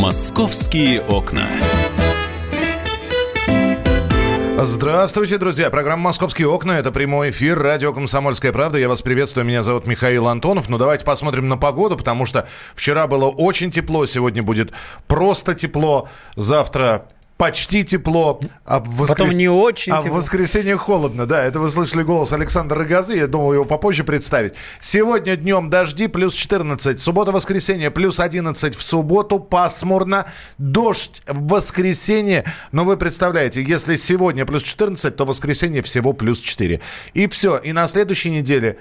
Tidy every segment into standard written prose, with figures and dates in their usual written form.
«Московские окна». Здравствуйте, друзья. Программа «Московские окна». Это прямой эфир. Радио «Комсомольская правда». Я вас приветствую. Меня зовут Михаил Антонов. Но давайте посмотрим на погоду, потому что вчера было очень тепло. Сегодня будет просто тепло. Завтра почти тепло. Потом не очень тепло. А в воскресенье холодно. Да, это вы слышали голос Александра Рогозы. Я думал его попозже представить. Сегодня днем дожди, плюс 14. Суббота-воскресенье, плюс 11. В субботу пасмурно. Дождь в воскресенье. Но вы представляете, если сегодня плюс 14, то в воскресенье всего плюс 4. И все. И на следующей неделе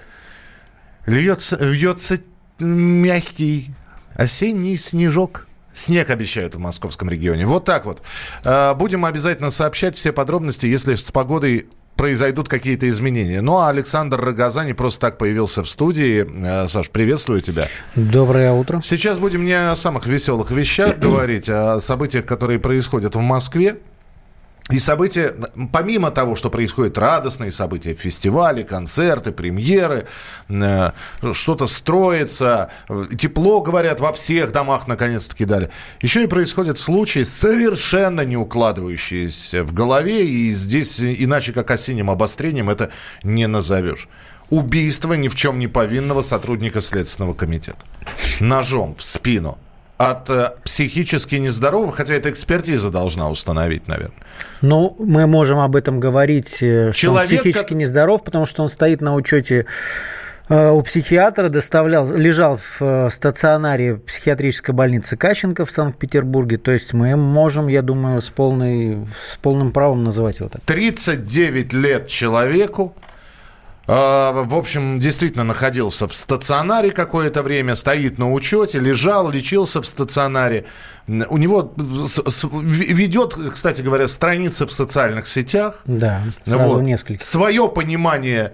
вьется мягкий осенний снежок. Снег обещают в московском регионе. Вот так вот. Будем обязательно сообщать все подробности, если с погодой произойдут какие-то изменения. Ну, а Александр Рогоза не просто так появился в студии. Саш, приветствую тебя. Доброе утро. Сейчас будем не о самых веселых вещах говорить, а о событиях, которые происходят в Москве. И события, помимо того, что происходят радостные события, фестивали, концерты, премьеры, что-то строится, тепло, говорят, во всех домах наконец-таки дали. Еще и происходят случаи, совершенно не укладывающиеся в голове, и здесь иначе как осенним обострением это не назовешь. Убийство ни в чем не повинного сотрудника Следственного комитета. Ножом в спину. От психически нездоровых, хотя это экспертиза должна установить, наверное. Ну, мы можем об этом говорить, что человек, он психически нездоров, потому что он стоит на учете у психиатра, лежал в стационаре психиатрической больницы Кащенко в Санкт-Петербурге. То есть мы можем, я думаю, с полным правом называть его так. 39 лет человеку. В общем, действительно находился в стационаре какое-то время, стоит на учете, лежал, лечился в стационаре. У него ведет, кстати говоря, страницы в социальных сетях. Да, сразу несколько. Свое понимание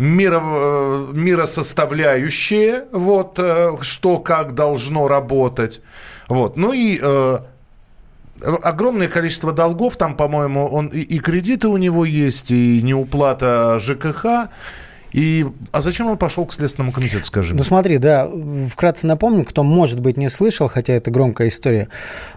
миросоставляющее, вот, что как должно работать. Вот. Ну и огромное количество долгов, там, по-моему, и кредиты у него есть, и неуплата ЖКХ. А зачем он пошел к Следственному комитету, скажи мне? Ну смотри, да, вкратце напомню, кто, может быть, не слышал, хотя это громкая история.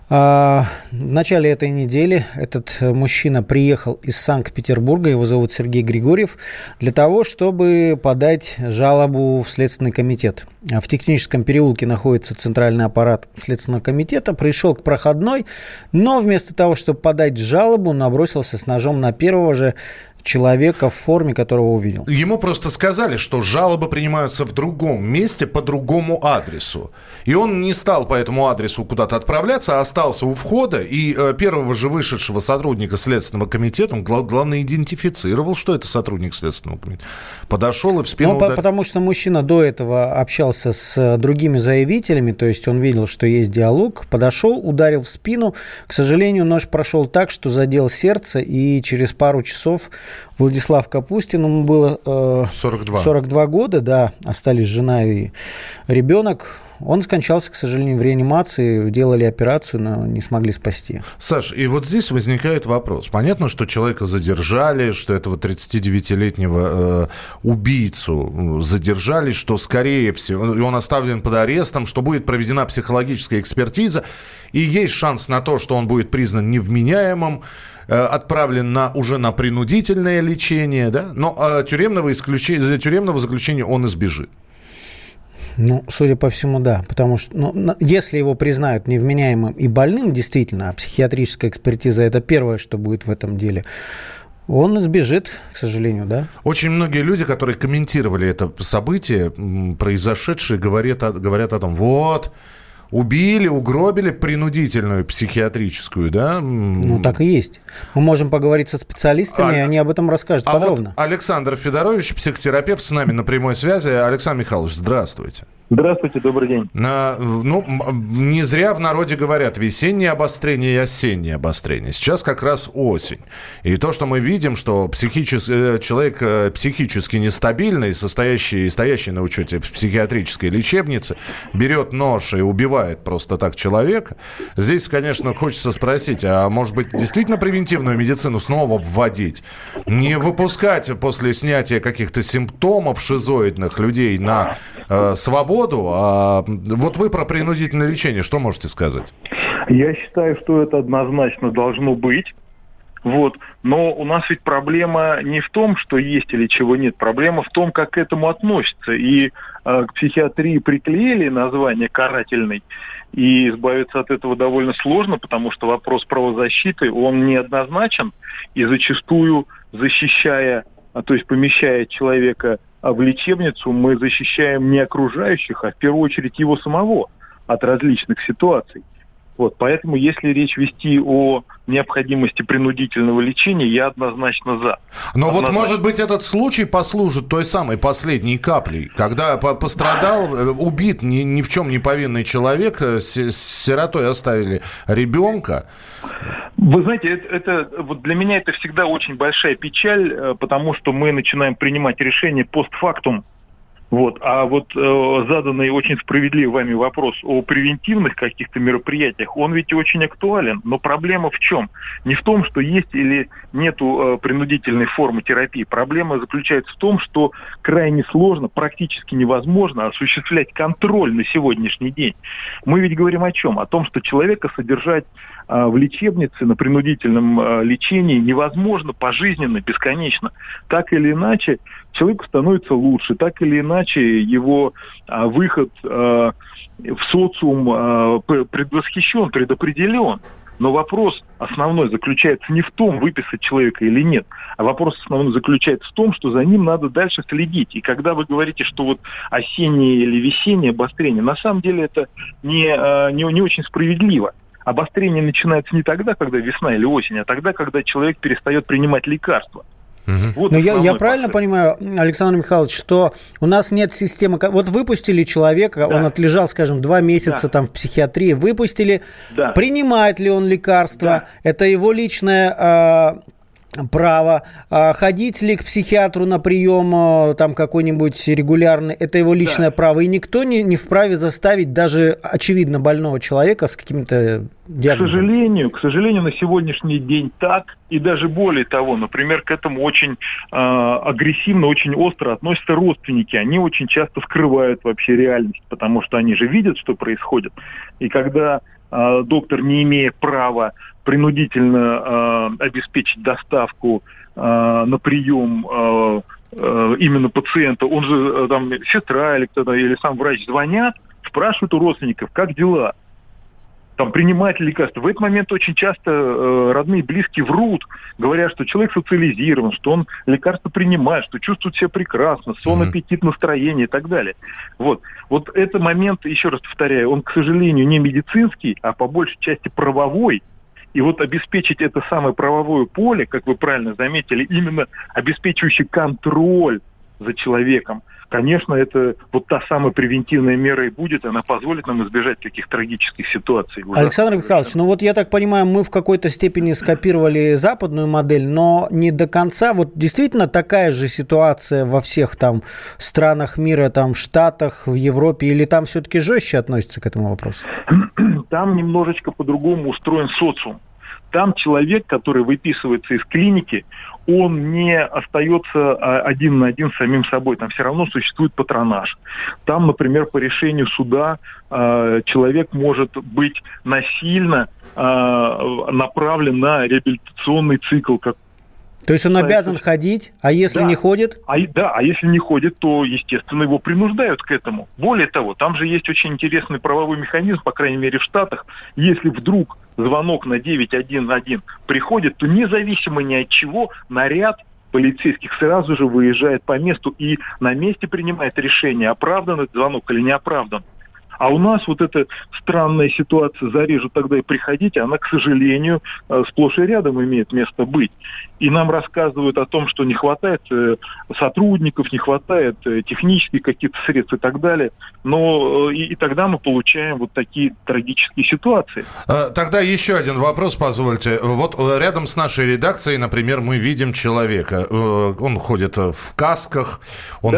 В начале этой недели этот мужчина приехал из Санкт-Петербурга, его зовут Сергей Григорьев, для того, чтобы подать жалобу в Следственный комитет. В Техническом переулке находится центральный аппарат Следственного комитета, пришел к проходной, но вместо того, чтобы подать жалобу, набросился с ножом на первого же человека в форме, которого увидел. Ему просто сказали, что жалобы принимаются в другом месте по другому адресу. И он не стал по этому адресу куда-то отправляться, а остался у входа. И первого же вышедшего сотрудника Следственного комитета, он, главное, идентифицировал, что это сотрудник Следственного комитета. Подошел и в спину ударил. Потому что мужчина до этого общался с другими заявителями, то есть он видел, что есть диалог, подошел, ударил в спину. К сожалению, нож прошел так, что задел сердце, и через пару часов Владислав Капустин, ему было 42 года, да, остались жена и ребенок. Он скончался, к сожалению, в реанимации, делали операцию, но не смогли спасти. Саш, и вот здесь возникает вопрос. Понятно, что человека задержали, что этого 39-летнего убийцу задержали, что, скорее всего, он оставлен под арестом, что будет проведена психологическая экспертиза, и есть шанс на то, что он будет признан невменяемым, отправлен уже на принудительное лечение, да? Но тюремного заключения он избежит. Ну, судя по всему, да. Потому что, если его признают невменяемым и больным, действительно, а психиатрическая экспертиза – это первое, что будет в этом деле, он избежит, к сожалению, да. Очень многие люди, которые комментировали это событие, произошедшее, говорят о том, вот, убили, угробили принудительную психиатрическую, да? Ну, так и есть. Мы можем поговорить со специалистами, и они об этом расскажут подробно. Вот Александр Федорович, психотерапевт, с нами на прямой связи. Александр Михайлович, здравствуйте. Здравствуйте, добрый день. Не зря в народе говорят весеннее обострение и осеннее обострение. Сейчас как раз осень. И то, что мы видим, что человек психически нестабильный, стоящий на учете в психиатрической лечебнице, берет нож и убивает просто так человека. Здесь, конечно, хочется спросить, а может быть, действительно превентивную медицину снова вводить? Не выпускать после снятия каких-то симптомов шизоидных людей на свободу, свободу. Вот вы про принудительное лечение что можете сказать? Я считаю, что это однозначно должно быть. Вот. Но у нас ведь проблема не в том, что есть или чего нет. Проблема в том, как к этому относятся. И к психиатрии приклеили название карательной. И избавиться от этого довольно сложно, потому что вопрос правозащиты, он неоднозначен. И зачастую, защищая, то есть помещая человека в лечебницу, мы защищаем не окружающих, а в первую очередь его самого от различных ситуаций. Вот, поэтому, если речь вести о необходимости принудительного лечения, я однозначно за. Но вот, может быть, этот случай послужит той самой последней каплей, когда пострадал, убит ни в чем не повинный человек, с сиротой оставили ребенка. Вы знаете, вот для меня это всегда очень большая печаль, потому что мы начинаем принимать решения постфактум. Вот. А вот заданный очень справедливый вами вопрос о превентивных каких-то мероприятиях, он ведь очень актуален. Но проблема в чем? Не в том, что есть или нету принудительной формы терапии. Проблема заключается в том, что крайне сложно, практически невозможно осуществлять контроль на сегодняшний день. Мы ведь говорим о чем? О том, что человека содержать в лечебнице на принудительном лечении невозможно пожизненно, бесконечно. Так или иначе, человеку становится лучше, так или иначе его выход в социум предвосхищен, предопределен. Но вопрос основной заключается не в том, выписать человека или нет, а вопрос основной заключается в том, что за ним надо дальше следить. И когда вы говорите, что вот осеннее или весеннее обострение, на самом деле это не очень справедливо. Обострение начинается не тогда, когда весна или осень, а тогда, когда человек перестает принимать лекарства. Вот. Но я правильно понимаю, Александр Михайлович, что у нас нет системы... Вот выпустили человека, да. Он отлежал, скажем, 2 месяца там в психиатрии, выпустили, да. Принимает ли он лекарства, да. Это его личное... право, ходить ли к психиатру на прием там какой-нибудь регулярный, это его личное право, и никто не вправе заставить даже очевидно больного человека с какими-то диагнозами. К сожалению, на сегодняшний день так, и даже более того, например, к этому очень агрессивно, очень остро относятся родственники, они очень часто скрывают вообще реальность, потому что они же видят, что происходит, и когда доктор, не имея права принудительно обеспечить доставку на прием именно пациента, он же там сестра или кто-то, или сам врач звонят, спрашивают у родственников, как дела, там принимать лекарства. В этот момент очень часто родные и близкие врут, говорят, что человек социализирован, что он лекарства принимает, что чувствует себя прекрасно, сон, аппетит, настроение и так далее. Вот этот момент, еще раз повторяю, он, к сожалению, не медицинский, а по большей части правовой. И вот обеспечить это самое правовое поле, как вы правильно заметили, именно обеспечивающий контроль за человеком, конечно, это вот та самая превентивная мера и будет, она позволит нам избежать таких трагических ситуаций. Александр Михайлович, ну вот я так понимаю, мы в какой-то степени скопировали западную модель, но не до конца. Вот действительно такая же ситуация во всех там странах мира, там Штатах, в Европе, или там все-таки жестче относятся к этому вопросу? Там немножечко по-другому устроен социум. Там человек, который выписывается из клиники, он не остается один на один с самим собой. Там все равно существует патронаж. Там, например, по решению суда человек может быть насильно направлен на реабилитационный цикл. То есть он обязан ходить, а если не ходит? А если не ходит, то, естественно, его принуждают к этому. Более того, там же есть очень интересный правовой механизм, по крайней мере в Штатах. Если вдруг звонок на 911 приходит, то независимо ни от чего наряд полицейских сразу же выезжает по месту и на месте принимает решение, оправдан этот звонок или не оправдан. А у нас вот эта странная ситуация «зарежу, тогда и приходите», она, к сожалению, сплошь и рядом имеет место быть. И нам рассказывают о том, что не хватает сотрудников, не хватает технических каких-то средств и так далее. Но и тогда мы получаем вот такие трагические ситуации. Тогда еще один вопрос, позвольте. Вот рядом с нашей редакцией, например, мы видим человека. Он ходит в касках, он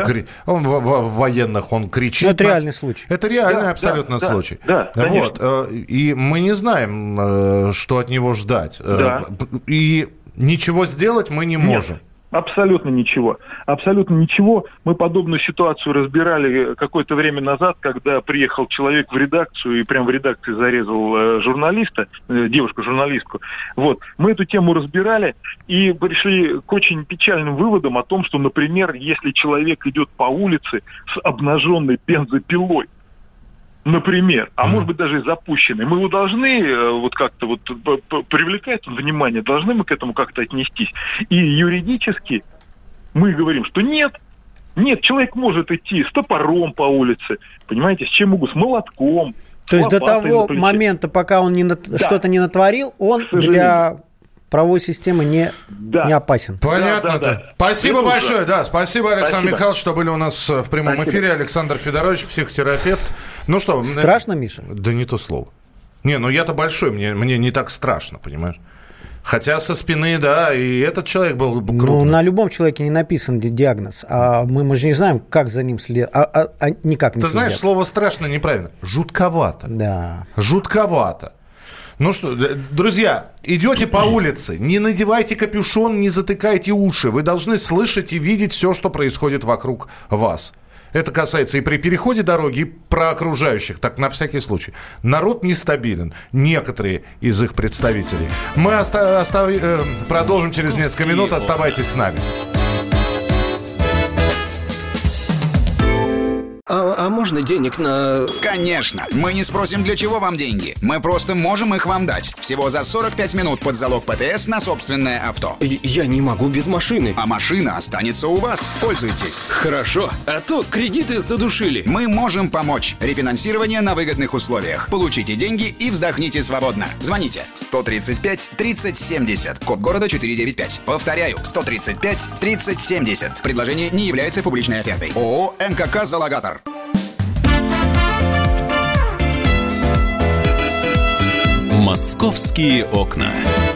в военных, он кричит. Но это реальный случай. Это реальный абсолютно случай. Да, вот. И мы не знаем, что от него ждать. И ничего сделать мы не можем. Абсолютно ничего. Абсолютно ничего. Мы подобную ситуацию разбирали какое-то время назад, когда приехал человек в редакцию и прямо в редакции зарезал журналиста, девушку-журналистку. Вот. Мы эту тему разбирали и пришли к очень печальным выводам о том, что, например, если человек идет по улице с обнаженной бензопилой, например, а может быть даже и запущенный, мы его должны вот как-то вот привлекать внимание, должны мы к этому как-то отнестись. И юридически мы говорим, что нет, человек может идти с топором по улице, понимаете, с чем угодно, с молотком. То есть до того момента, пока он что-то не натворил, он для правовой системы не опасен. Понятно, да. Спасибо большое, спасибо, Александр Михайлович, что были у нас в прямом эфире. Александр Федорович, психотерапевт. Ну что? Страшно, Миша? Да не то слово. Я-то большой, мне не так страшно, понимаешь? Хотя со спины, и этот человек был крупный. На любом человеке не написан диагноз, а мы же не знаем, как за ним следят, никак не следят. Ты знаешь, слово «страшно» неправильно. Жутковато. Да. Жутковато. Ну что, друзья, идете по улице, не надевайте капюшон, не затыкайте уши. Вы должны слышать и видеть все, что происходит вокруг вас. Это касается и при переходе дороги, и про окружающих, так на всякий случай. Народ нестабилен, некоторые из их представителей. Мы продолжим через несколько минут, оставайтесь с нами. А можно денег на... Конечно. Мы не спросим, для чего вам деньги. Мы просто можем их вам дать. Всего за 45 минут под залог ПТС на собственное авто. Я не могу без машины. А машина останется у вас. Пользуйтесь. Хорошо. А то кредиты задушили. Мы можем помочь. Рефинансирование на выгодных условиях. Получите деньги и вздохните свободно. Звоните 135 30 70. Код города 495. Повторяю. 135 30 70. Предложение не является публичной офертой. ООО «МКК Залогатор». «Московские окна».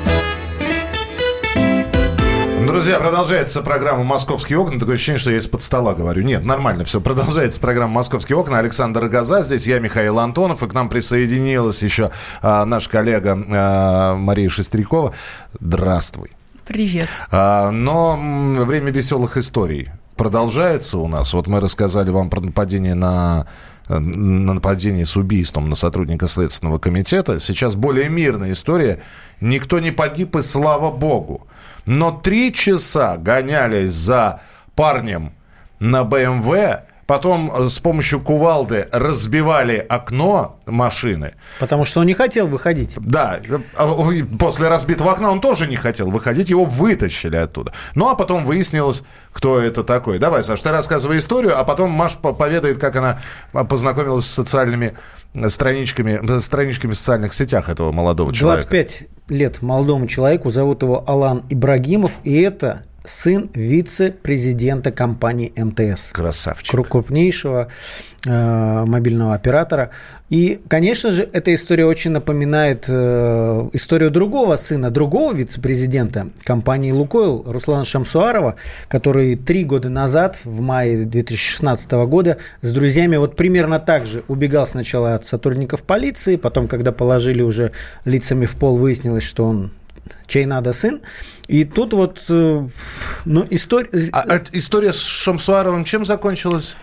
Друзья, продолжается программа «Московские окна». Такое ощущение, что я из-под стола говорю. Нет, нормально все. Продолжается программа «Московские окна». Александр Рогоза здесь, я Михаил Антонов. И к нам присоединилась еще наш коллега Мария Шестерякова. Здравствуй. Привет. Но время веселых историй продолжается у нас. Вот мы рассказали вам про нападение на нападение с убийством на сотрудника Следственного комитета. Сейчас более мирная история. Никто не погиб, и слава богу. Но 3 часа гонялись за парнем на БМВ, потом с помощью кувалды разбивали окно машины. Потому что он не хотел выходить. Да, после разбитого окна он тоже не хотел выходить, его вытащили оттуда. Ну, а потом выяснилось, кто это такой. Давай, Саш, ты рассказывай историю, а потом Маша поведает, как она познакомилась с социальными страничками в социальных сетях этого молодого человека. 25 лет молодому человеку, зовут его Алан Ибрагимов, и это сын вице-президента компании МТС. Красавчик. Крупнейшего мобильного оператора. И, конечно же, эта история очень напоминает историю другого сына, другого вице-президента компании «Лукойл» Руслана Шамсуарова, который 3 года назад, в мае 2016 года, с друзьями вот примерно так же убегал сначала от сотрудников полиции, потом, когда положили уже лицами в пол, выяснилось, что он чей надо сын. И тут вот история... История с Шамсуаровым чем закончилась?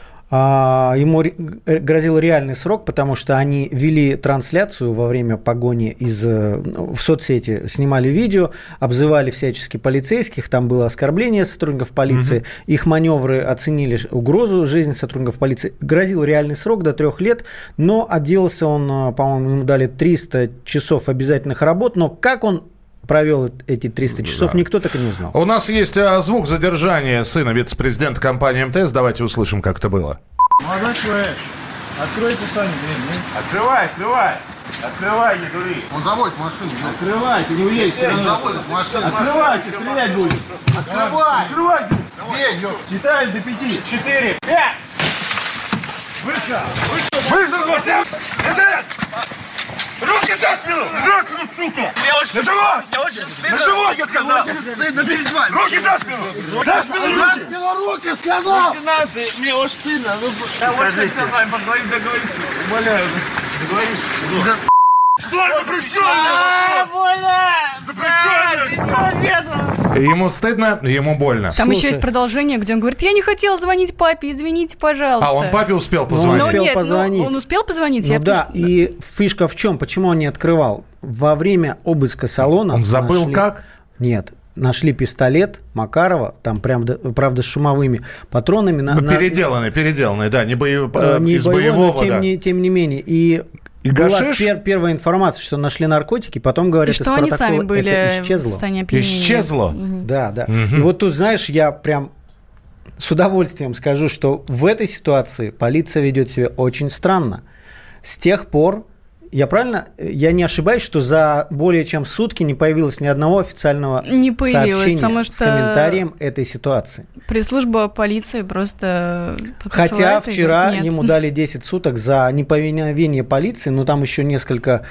Ему грозил реальный срок, потому что они вели трансляцию во время погони в соцсети, снимали видео, обзывали всячески полицейских, там было оскорбление сотрудников полиции, их маневры оценили угрозу жизни сотрудников полиции. Грозил реальный срок до 3 лет, но отделался он, по-моему, ему дали 300 часов обязательных работ, но как он провел эти 300 часов, никто так и не узнал. У нас есть звук задержания сына вице-президента компании МТС. Давайте услышим, как это было. Молодой человек, откройте сами дверь. Открывай, не дури. Он заводит машину. Открывай, ты не уедешь. Он заводит машину. Открывайся, стрелять будешь. Открывай. Дверь, Считаем до 5. 4, 5. Вышел. Руки за спину! Сука! На живот, я сказал! Набери звание! Руки за спину! За спину руки, сказал! Мне очень стыдно. Я вот сейчас с вами поговорим, договоримся. Умоляю, договоримся. Что запрещено? Больно! Запрещено! Нету! Ему стыдно, ему больно. Там еще есть продолжение, где он говорит: я не хотел звонить папе, извините, пожалуйста. А он папе успел позвонить? Он успел позвонить. И фишка в чем? Почему он не открывал? Во время обыска салона... Он забыл как? Нет. Нашли пистолет Макарова, там прям, правда, с шумовыми патронами. Переделанный, да, не из боевого, но тем не менее. И была первая информация, что нашли наркотики, потом говорят, что они сами были это исчезло. В состоянии опьянения. Исчезло? Да. И вот тут, знаешь, я прям с удовольствием скажу, что в этой ситуации полиция ведет себя очень странно. С тех пор, я не ошибаюсь, что за более чем сутки не появилось ни одного официального сообщения с комментарием этой ситуации. Пресс-служба полиции просто... Хотя вчера ему дали 10 суток за неповиновение полиции, но там еще несколько...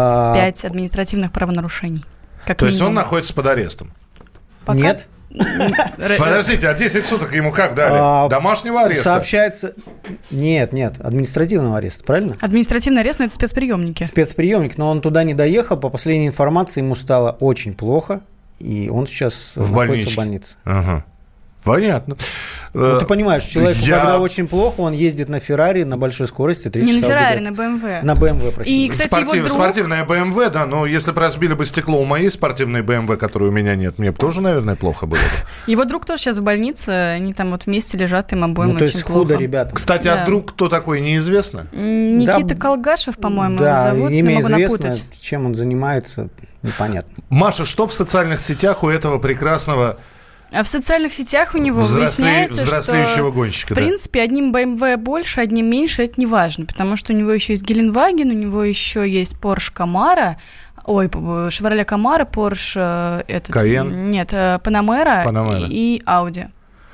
5 административных правонарушений. То есть он находится под арестом? Пока? Нет. Подождите, а 10 суток ему как дали? Домашнего ареста? Сообщается... Нет, административного ареста, правильно? Административный арест, но это спецприемники. Спецприемник, но он туда не доехал. По последней информации, ему стало очень плохо, и он сейчас находится в больнице. Ага. Понятно. Ну, ты понимаешь, человеку, когда очень плохо, он ездит на Феррари на большой скорости 3 часа. Не на Феррари, на БМВ. На БМВ, простите. И, кстати, спортивная БМВ, да, но если бы разбили бы стекло у моей спортивной БМВ, которой у меня нет, мне бы тоже, наверное, плохо было бы. Его друг тоже сейчас в больнице, они там вот вместе лежат, им обоим очень плохо. То есть худо, ребята. Кстати, а друг кто такой, неизвестно? Никита Колгашев, по-моему, его зовут, имя не могу известно, напутать. чем он занимается, непонятно. Маша, что в социальных сетях у этого прекрасного... А в социальных сетях у него выясняется, взрослеющего гонщика, в принципе, одним BMW больше, одним меньше, это не важно, потому что у него еще есть Геленваген, у него еще есть Porsche Camaro, Chevrolet Camaro, Porsche... Cayenne? Нет, Panamera и Audi.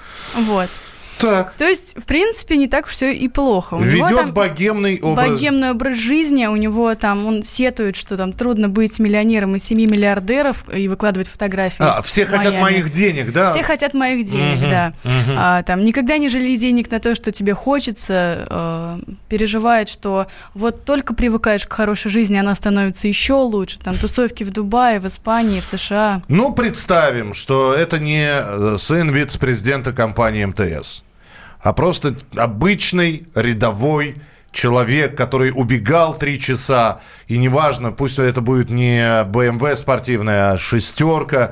Вот. Так. То есть, в принципе, не так все и плохо. Ведет богемный образ жизни. У него там, он сетует, что там трудно быть миллионером из 7 миллиардеров и выкладывать фотографии. Все хотят моих денег, да? Все хотят моих денег, да. Там никогда не жалей денег на то, что тебе хочется. Переживает, что вот только привыкаешь к хорошей жизни, она становится еще лучше. Там тусовки в Дубае, в Испании, в США. Ну, представим, что это не сын вице-президента компании МТС, а просто обычный рядовой человек, который убегал 3 часа, и неважно, пусть это будет не БМВ спортивная, а 6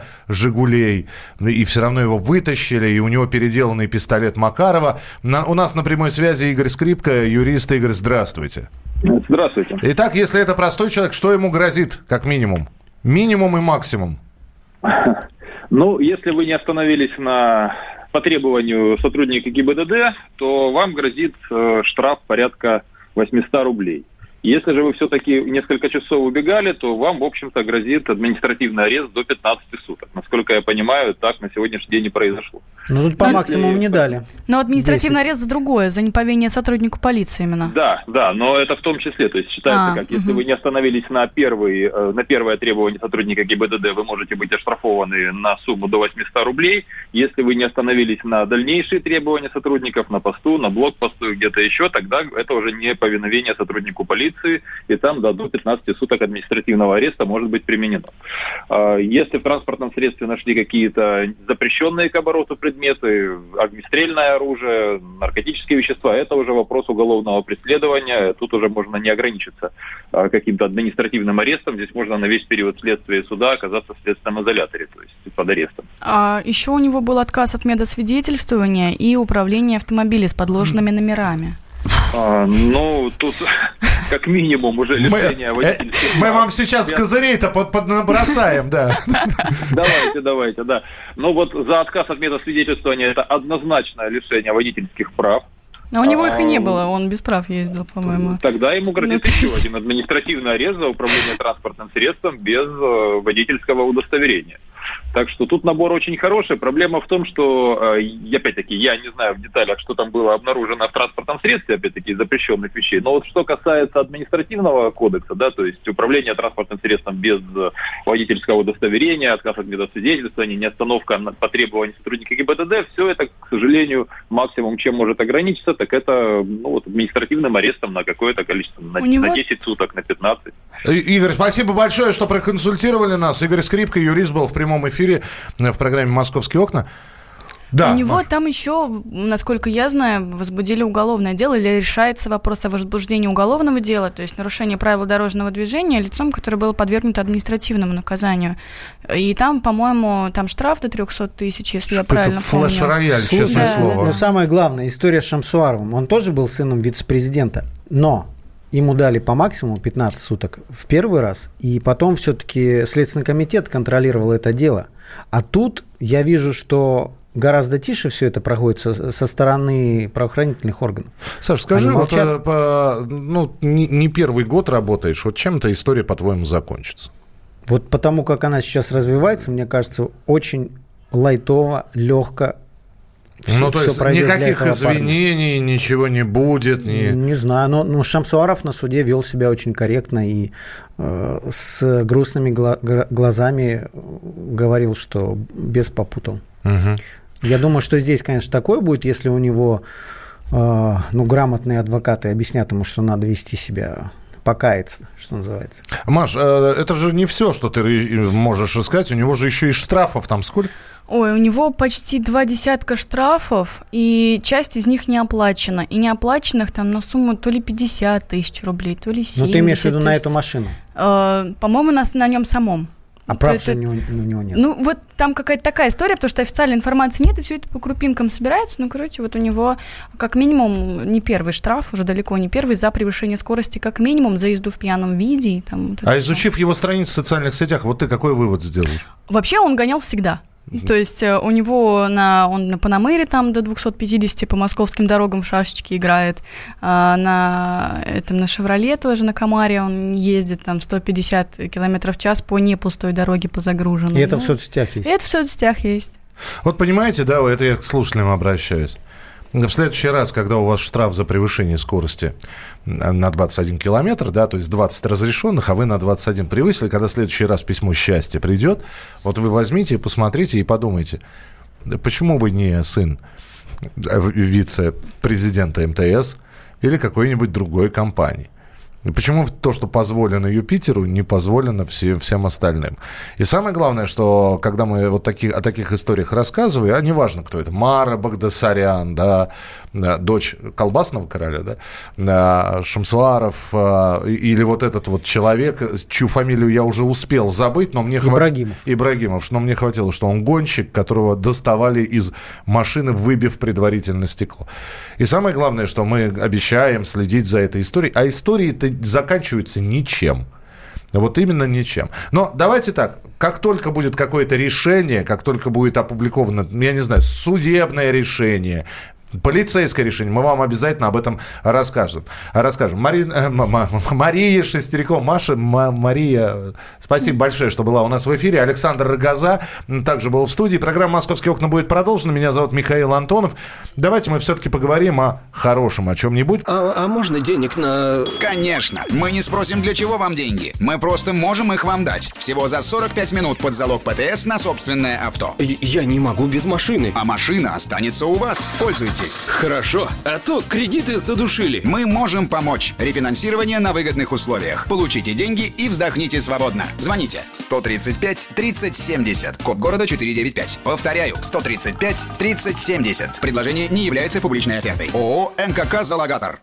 «Жигулей», и все равно его вытащили, и у него переделанный пистолет Макарова. У нас на прямой связи Игорь Скрипка, юрист. Игорь, здравствуйте. Здравствуйте. Итак, если это простой человек, что ему грозит, как минимум? Минимум и максимум? Ну, если вы не остановились по требованию сотрудника ГИБДД, то вам грозит штраф порядка 800 рублей. Если же вы все-таки несколько часов убегали, то вам, в общем-то, грозит административный арест до 15 суток. Насколько я понимаю, так на сегодняшний день и произошло. Ну, тут по максимуму не дали. Но административный арест за другое, за неповиновение сотруднику полиции именно. Да, но это в том числе. То есть считается, если вы не остановились на первое требование сотрудника ГИБДД, вы можете быть оштрафованы на сумму до 800 рублей. Если вы не остановились на дальнейшие требования сотрудников, на посту, на блокпосту, где-то еще, тогда это уже не повиновение сотруднику полиции, и там до 15 суток административного ареста может быть применено. Если в транспортном средстве нашли какие-то запрещенные к обороту предметы, огнестрельное оружие, наркотические вещества, это уже вопрос уголовного преследования. Тут уже можно не ограничиться каким-то административным арестом. Здесь можно на весь период следствия и суда оказаться в следственном изоляторе, то есть под арестом. Еще у него был отказ от медосвидетельствования и управления автомобилем с подложенными номерами. Тут как минимум уже лишение водительских прав. Мы вам сейчас козырей-то поднабросаем, да. Давайте, да. Но вот за отказ от медосвидетельствования это однозначное лишение водительских прав. А у него их и не было, он без прав ездил, по-моему. Тогда ему грозит еще один административный арест за управление транспортным средством без водительского удостоверения. Так что тут набор очень хороший. Проблема в том, что, опять-таки, я не знаю в деталях, что там было обнаружено в транспортном средстве, опять-таки, запрещенных вещей. Но вот что касается административного кодекса, да, то есть управление транспортным средством без водительского удостоверения, отказ от медосвидетельствования, неостановка по требованию сотрудника ГИБДД, все это, к сожалению, максимум, чем может ограничиться, так это административным арестом на какое-то количество, на 10 суток, на 15. Игорь, спасибо большое, что проконсультировали нас. Игорь Скрипка, юрист, был в прямом прямом эфире в программе «Московские окна». Да, у него там еще, насколько я знаю, возбудили уголовное дело или решается вопрос о возбуждении уголовного дела, то есть нарушение правил дорожного движения лицом, которое было подвергнуто административному наказанию. И там, по-моему, там штраф до 300 тысяч, если я правильно помню. Флеш-рояль, честное слово. Но самое главное, история с Шамсуаровым. Он тоже был сыном вице-президента, но ему дали по максимуму 15 суток в первый раз, и потом все-таки Следственный комитет контролировал это дело. А тут я вижу, что гораздо тише все это проходит со стороны правоохранительных органов. Саш, скажи, вот, не первый год работаешь, вот чем эта история, по-твоему, закончится? Вот потому, как она сейчас развивается, мне кажется, очень лайтово, легко. То есть никаких извинений, ничего не будет? Не знаю, но Шамсуаров на суде вел себя очень корректно и с грустными глазами говорил, что без попутал. Угу. Я думаю, что здесь, конечно, такое будет, если у него грамотные адвокаты объяснят ему, что надо вести себя, покаяться, что называется. Маш, это же не все, что ты можешь искать, у него же еще и штрафов там сколько? Ой, у него почти 20 штрафов, и часть из них не оплачена. И не оплаченных там на сумму то ли 50 тысяч рублей, то ли 70. Ну, ты имеешь в виду на эту машину? По-моему, на нем самом. А прав же у него нет. Ну, вот там какая-то такая история, потому что официальной информации нет, и все это по крупинкам собирается. Ну, короче, вот у него как минимум не первый штраф, уже далеко не первый, за превышение скорости, как минимум за езду в пьяном виде. И там, вот изучив его страницу в социальных сетях, вот ты какой вывод сделаешь? Вообще он гонял всегда. То есть у него он на Панамере там до 250 по московским дорогам в шашечки играет, на Шевроле тоже, на Камаре он ездит там 150 км в час по непустой дороге, по загруженной. И это в соцсетях есть? И это в соцсетях есть. Вот понимаете, да, это я к слушателям обращаюсь. В следующий раз, когда у вас штраф за превышение скорости на 21 километр, да, то есть 20 разрешенных, а вы на 21 превысили, когда в следующий раз письмо счастья придет, вот вы возьмите, посмотрите и подумайте, почему вы не сын вице-президента МТС или какой-нибудь другой компании? Почему то, что позволено Юпитеру, не позволено всем остальным? И самое главное, что когда мы о таких историях рассказываем, а неважно, кто это, Мара Багдасарян, да, дочь колбасного короля, да, Шамсуаров, или вот этот вот человек, чью фамилию я уже успел забыть, но мне Ибрагимов, но мне хватило, что он гонщик, которого доставали из машины, выбив предварительно стекло. И самое главное, что мы обещаем следить за этой историей, а истории-то заканчиваются ничем. Вот именно ничем. Но давайте так, как только будет какое-то решение, как только будет опубликовано, я не знаю, судебное решение, полицейское решение, мы вам обязательно об этом расскажем. Мария Шестерякова, Мария, спасибо большое, что была у нас в эфире. Александр Рогоза также был в студии. Программа «Московские окна» будет продолжена. Меня зовут Михаил Антонов. Давайте мы все-таки поговорим о хорошем, о чем-нибудь. А можно денег на... Конечно. Мы не спросим, для чего вам деньги. Мы просто можем их вам дать. Всего за 45 минут под залог ПТС на собственное авто. Я не могу без машины. А машина останется у вас. Пользуйтесь. Хорошо, а то кредиты задушили. Мы можем помочь. Рефинансирование на выгодных условиях. Получите деньги и вздохните свободно. Звоните 135 30 70, код города 495. Повторяю, 135 30 70. Предложение не является публичной офертой. ООО «МКК Залогатор».